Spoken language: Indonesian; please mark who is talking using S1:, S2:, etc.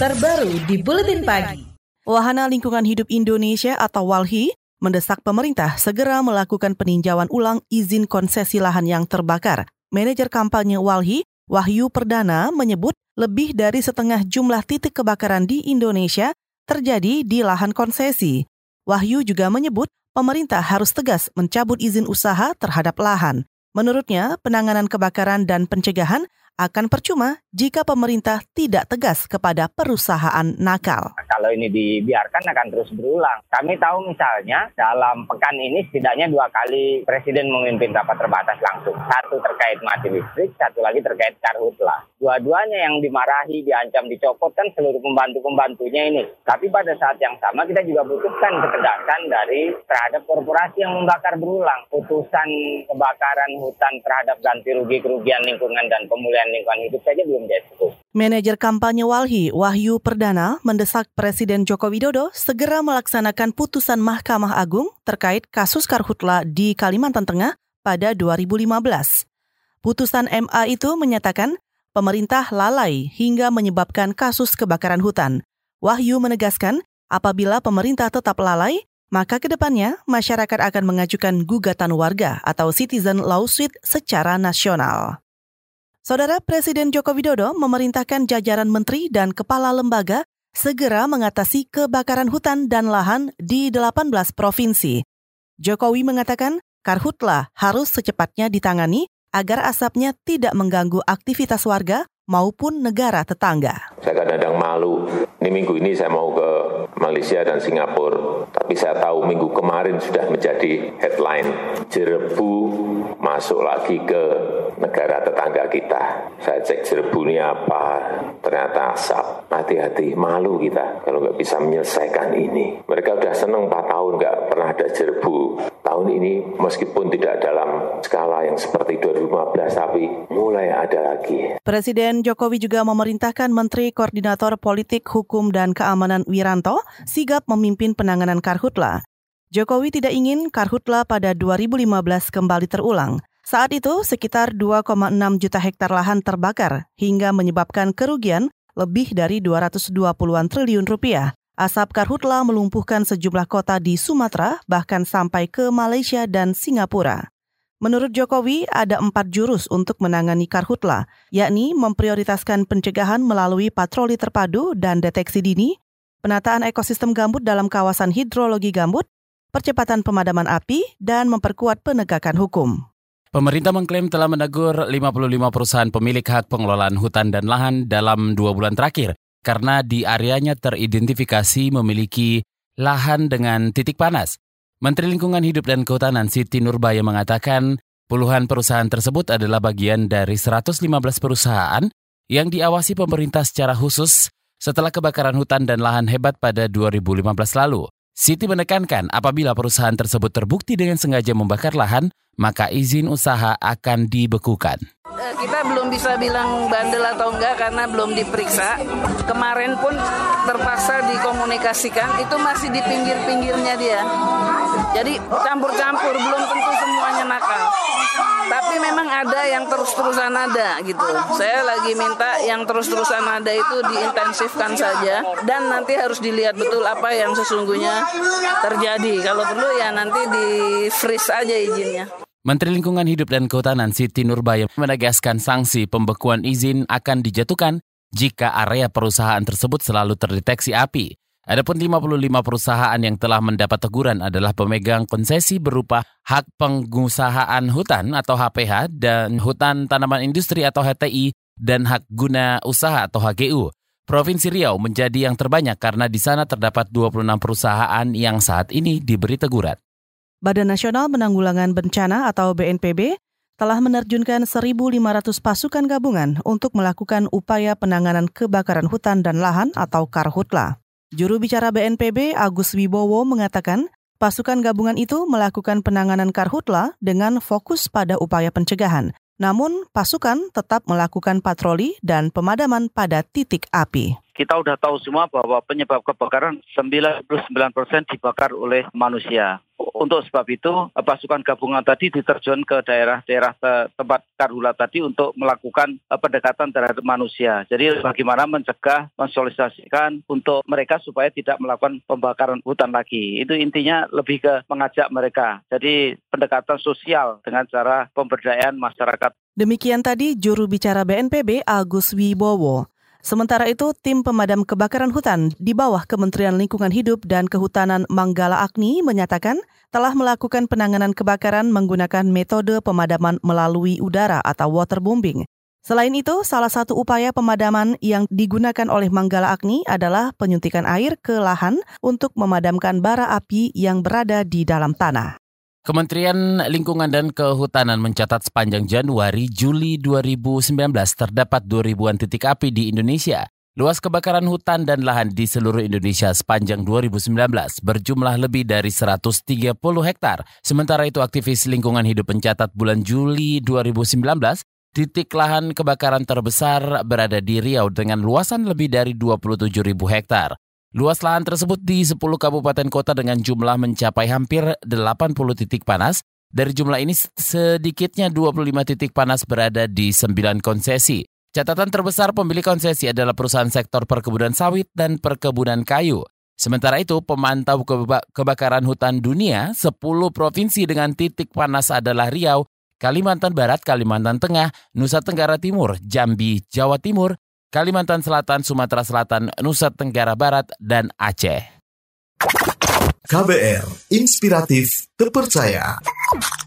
S1: terbaru di Buletin Pagi.
S2: Wahana Lingkungan Hidup Indonesia atau WALHI mendesak pemerintah segera melakukan peninjauan ulang izin konsesi lahan yang terbakar. Manajer kampanye WALHI, Wahyu Perdana, menyebut lebih dari setengah jumlah titik kebakaran di Indonesia terjadi di lahan konsesi. Wahyu juga menyebut pemerintah harus tegas mencabut izin usaha terhadap lahan. Menurutnya, penanganan kebakaran dan pencegahan akan percuma jika pemerintah tidak tegas kepada perusahaan nakal.
S3: Kalau ini dibiarkan akan terus berulang. Kami tahu misalnya dalam pekan ini setidaknya 2 kali Presiden memimpin rapat terbatas langsung. Satu terkait mati listrik, satu lagi terkait karhutlah. Dua-duanya yang dimarahi, diancam, dicopot kan seluruh pembantu-pembantunya ini. Tapi pada saat yang sama kita juga butuhkan ketegasan dari terhadap korporasi yang membakar berulang. Putusan kebakaran hutan terhadap ganti rugi kerugian lingkungan dan pemulihan lingkungan hidup saja belum dieksekusi.
S2: Manajer kampanye WALHI, Wahyu Perdana, mendesak Presiden Joko Widodo segera melaksanakan putusan Mahkamah Agung terkait kasus karhutla di Kalimantan Tengah pada 2015. Putusan MA itu menyatakan pemerintah lalai hingga menyebabkan kasus kebakaran hutan. Wahyu menegaskan apabila pemerintah tetap lalai, maka ke depannya masyarakat akan mengajukan gugatan warga atau citizen lawsuit secara nasional. Saudara, Presiden Joko Widodo memerintahkan jajaran menteri dan kepala lembaga segera mengatasi kebakaran hutan dan lahan di 18 provinsi. Jokowi mengatakan karhutla harus secepatnya ditangani agar asapnya tidak mengganggu aktivitas warga maupun negara tetangga.
S4: Saya kadang-kadang malu, ini minggu ini saya mau ke Malaysia dan Singapura, tapi saya tahu minggu kemarin sudah menjadi headline, Jerebu masuk lagi ke negara tetangga kita. Saya cek Jerebu ini apa, ternyata asap. Hati-hati, malu kita kalau nggak bisa menyelesaikan ini. Mereka sudah senang 4 tahun nggak pernah ada Jerebu. Tahun ini meskipun tidak dalam skala yang seperti 2015, tapi mulai ada lagi.
S2: Presiden Jokowi juga memerintahkan Menteri Koordinator Politik, Hukum, dan Keamanan Wiranto sigap memimpin penanganan karhutla. Jokowi tidak ingin karhutla pada 2015 kembali terulang. Saat itu sekitar 2,6 juta hektar lahan terbakar hingga menyebabkan kerugian lebih dari 220-an triliun rupiah. Asap karhutla melumpuhkan sejumlah kota di Sumatera bahkan sampai ke Malaysia dan Singapura. Menurut Jokowi, ada 4 jurus untuk menangani karhutla, yakni memprioritaskan pencegahan melalui patroli terpadu dan deteksi dini, penataan ekosistem gambut dalam kawasan hidrologi gambut, percepatan pemadaman api, dan memperkuat penegakan hukum.
S5: Pemerintah mengklaim telah menegur 55 perusahaan pemilik hak pengelolaan hutan dan lahan dalam 2 bulan terakhir karena di areanya teridentifikasi memiliki lahan dengan titik panas. Menteri Lingkungan Hidup dan Kehutanan Siti Nurbaya mengatakan puluhan perusahaan tersebut adalah bagian dari 115 perusahaan yang diawasi pemerintah secara khusus setelah kebakaran hutan dan lahan hebat pada 2015 lalu. Siti menekankan apabila perusahaan tersebut terbukti dengan sengaja membakar lahan, maka izin usaha akan dibekukan.
S6: Kita belum bisa bilang bandel atau enggak karena belum diperiksa. Kemarin pun terpaksa dikomunikasikan, itu masih di pinggir-pinggirnya dia. Jadi campur-campur, belum tentu semuanya nakal. Tapi memang ada yang terus-terusan ada gitu. Saya lagi minta yang terus-terusan ada itu diintensifkan saja. Dan nanti harus dilihat betul apa yang sesungguhnya terjadi. Kalau perlu ya nanti di-freeze aja izinnya.
S5: Menteri Lingkungan Hidup dan Kehutanan Siti Nurbaya menegaskan sanksi pembekuan izin akan dijatuhkan jika area perusahaan tersebut selalu terdeteksi api. Adapun 55 perusahaan yang telah mendapat teguran adalah pemegang konsesi berupa hak pengusahaan hutan atau HPH dan hutan tanaman industri atau HTI dan hak guna usaha atau HGU. Provinsi Riau menjadi yang terbanyak karena di sana terdapat 26 perusahaan yang saat ini diberi teguran.
S2: Badan Nasional Penanggulangan Bencana atau BNPB telah menerjunkan 1.500 pasukan gabungan untuk melakukan upaya penanganan kebakaran hutan dan lahan atau karhutla. Juru bicara BNPB Agus Wibowo mengatakan pasukan gabungan itu melakukan penanganan karhutla dengan fokus pada upaya pencegahan. Namun pasukan tetap melakukan patroli dan pemadaman pada titik api.
S7: Kita udah tahu semua bahwa penyebab kebakaran 99% dibakar oleh manusia. Untuk sebab itu pasukan gabungan tadi diterjun ke daerah-daerah tempat karhutla tadi untuk melakukan pendekatan terhadap manusia. Jadi bagaimana mencegah, mensosialisasikan untuk mereka supaya tidak melakukan pembakaran hutan lagi. Itu intinya lebih ke mengajak mereka. Jadi pendekatan sosial dengan cara pemberdayaan masyarakat.
S2: Demikian tadi juru bicara BNPB Agus Wibowo. Sementara itu, tim pemadam kebakaran hutan di bawah Kementerian Lingkungan Hidup dan Kehutanan Manggala Agni menyatakan telah melakukan penanganan kebakaran menggunakan metode pemadaman melalui udara atau waterbombing. Selain itu, salah satu upaya pemadaman yang digunakan oleh Manggala Agni adalah penyuntikan air ke lahan untuk memadamkan bara api yang berada di dalam tanah.
S5: Kementerian Lingkungan dan Kehutanan mencatat sepanjang Januari-Juli 2019 terdapat 2.000-an titik api di Indonesia. Luas kebakaran hutan dan lahan di seluruh Indonesia sepanjang 2019 berjumlah lebih dari 130 hektar. Sementara itu aktivis lingkungan hidup mencatat bulan Juli 2019, titik lahan kebakaran terbesar berada di Riau dengan luasan lebih dari 27.000 hektar. Luas lahan tersebut di 10 kabupaten kota dengan jumlah mencapai hampir 80 titik panas. Dari jumlah ini sedikitnya 25 titik panas berada di 9 konsesi. Catatan terbesar pemilik konsesi adalah perusahaan sektor perkebunan sawit dan perkebunan kayu. Sementara itu, pemantau kebakaran hutan dunia, 10 provinsi dengan titik panas adalah Riau, Kalimantan Barat, Kalimantan Tengah, Nusa Tenggara Timur, Jambi, Jawa Timur, Kalimantan Selatan, Sumatera Selatan, Nusa Tenggara Barat, dan Aceh.
S8: KBR, inspiratif, terpercaya.